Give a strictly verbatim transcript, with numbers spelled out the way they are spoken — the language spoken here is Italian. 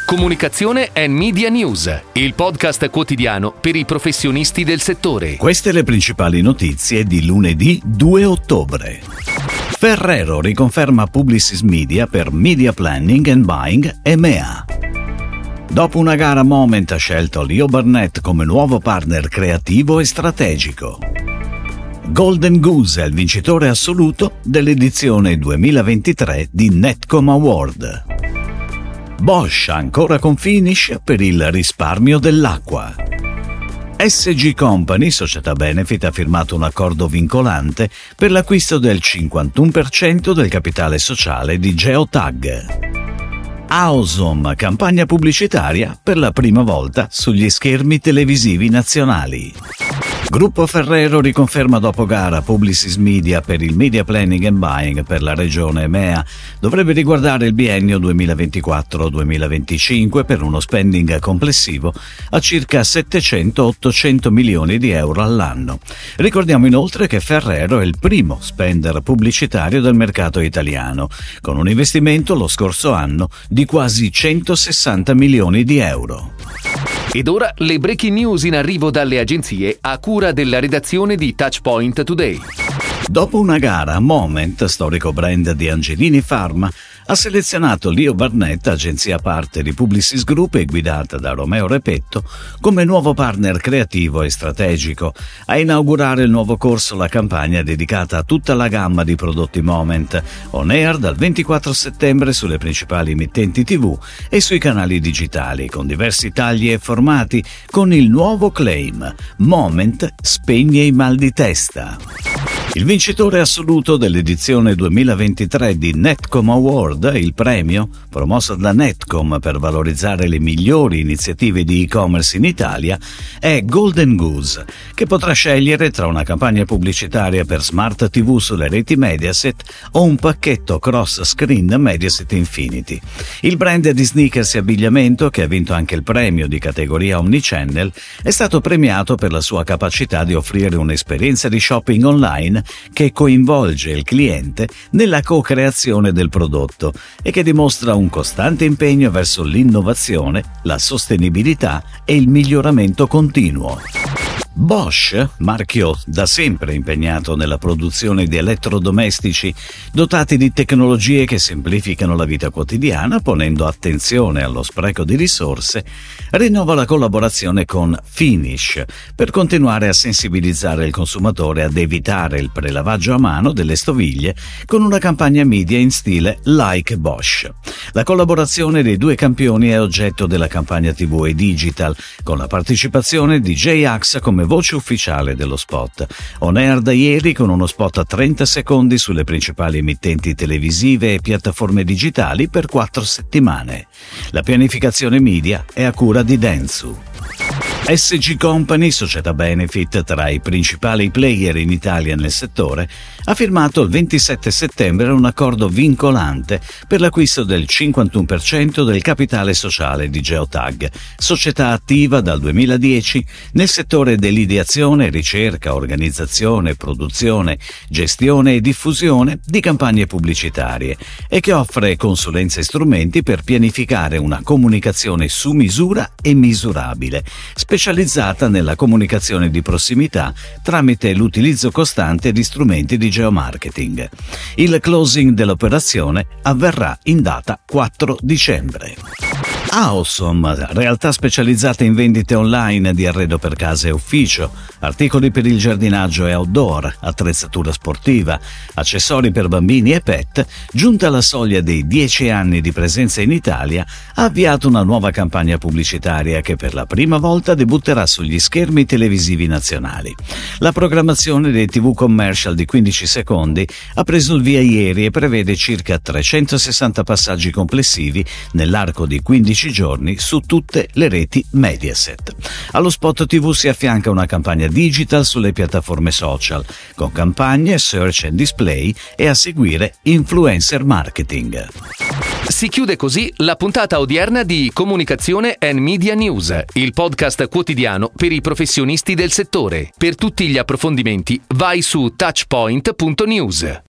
Comunicazione and Media News, il podcast quotidiano per i professionisti del settore. Queste le principali notizie di lunedì due ottobre. Ferrero riconferma Publicis Media per Media Planning and Buying E M E A. Dopo una gara, Moment ha scelto Leo Burnett come nuovo partner creativo e strategico. Golden Goose è il vincitore assoluto dell'edizione duemilaventitré di Netcom Award. Bosch ancora con Finish per il risparmio dell'acqua. S G Company, società benefit, ha firmato un accordo vincolante per l'acquisto del cinquantuno per cento del capitale sociale di Geotag. Awesome, campagna pubblicitaria per la prima volta sugli schermi televisivi nazionali. Gruppo Ferrero riconferma dopo gara Publicis Media per il Media Planning and Buying per la regione E M E A. Dovrebbe riguardare il biennio duemilaventiquattro duemilaventicinque per uno spending complessivo a circa settecento ottocento milioni di euro all'anno. Ricordiamo inoltre che Ferrero è il primo spender pubblicitario del mercato italiano, con un investimento lo scorso anno di quasi centosessanta milioni di euro. Ed ora le breaking news in arrivo dalle agenzie a cura della redazione di Touchpoint Today. Dopo una gara, Moment, storico brand di Angelini Pharma, ha selezionato Leo Burnett, agenzia a parte di Publicis Group e guidata da Romeo Repetto, come nuovo partner creativo e strategico. A inaugurare il nuovo corso la campagna dedicata a tutta la gamma di prodotti Moment, on air dal ventiquattro settembre sulle principali emittenti tivù e sui canali digitali, con diversi tagli e formati, con il nuovo claim Moment spegne i mal di testa. Il vincitore assoluto dell'edizione duemilaventitré di Netcom Award, il premio, promosso da Netcom per valorizzare le migliori iniziative di e-commerce in Italia, è Golden Goose, che potrà scegliere tra una campagna pubblicitaria per Smart tivù sulle reti Mediaset o un pacchetto cross-screen Mediaset Infinity. Il brand di sneakers e abbigliamento, che ha vinto anche il premio di categoria Omnichannel, è stato premiato per la sua capacità di offrire un'esperienza di shopping online che coinvolge il cliente nella co-creazione del prodotto e che dimostra un costante impegno verso l'innovazione, la sostenibilità e il miglioramento continuo. Bosch, marchio da sempre impegnato nella produzione di elettrodomestici dotati di tecnologie che semplificano la vita quotidiana, ponendo attenzione allo spreco di risorse, rinnova la collaborazione con Finish per continuare a sensibilizzare il consumatore ad evitare il prelavaggio a mano delle stoviglie con una campagna media in stile Like Bosch. La collaborazione dei due campioni è oggetto della campagna tivù e digital, con la partecipazione di J-Ax come voce ufficiale dello spot. On air da ieri con uno spot a trenta secondi sulle principali emittenti televisive e piattaforme digitali per quattro settimane. La pianificazione media è a cura di Dentsu. S G Company, società benefit tra i principali player in Italia nel settore, ha firmato il ventisette settembre un accordo vincolante per l'acquisto del cinquantuno per cento del capitale sociale di Geotag, società attiva dal duemiladieci nel settore dell'ideazione, ricerca, organizzazione, produzione, gestione e diffusione di campagne pubblicitarie e che offre consulenze e strumenti per pianificare una comunicazione su misura e misurabile, specializzata nella comunicazione di prossimità tramite l'utilizzo costante di strumenti di geomarketing. Il closing dell'operazione avverrà in data quattro dicembre. Awesome, realtà specializzata in vendite online di arredo per casa e ufficio, articoli per il giardinaggio e outdoor, attrezzatura sportiva, accessori per bambini e pet, giunta alla soglia dei dieci anni di presenza in Italia, ha avviato una nuova campagna pubblicitaria che per la prima volta debutterà sugli schermi televisivi nazionali. La programmazione dei tivù commercial di quindici secondi ha preso il via ieri e prevede circa trecentosessanta passaggi complessivi nell'arco di quindici giorni su tutte le reti Mediaset. Allo spot tivù si affianca una campagna digital sulle piattaforme social, con campagne, search and display e a seguire influencer marketing. Si chiude così la puntata odierna di Comunicazione and Media News, il podcast quotidiano per i professionisti del settore. Per tutti gli approfondimenti vai su touchpoint punto news.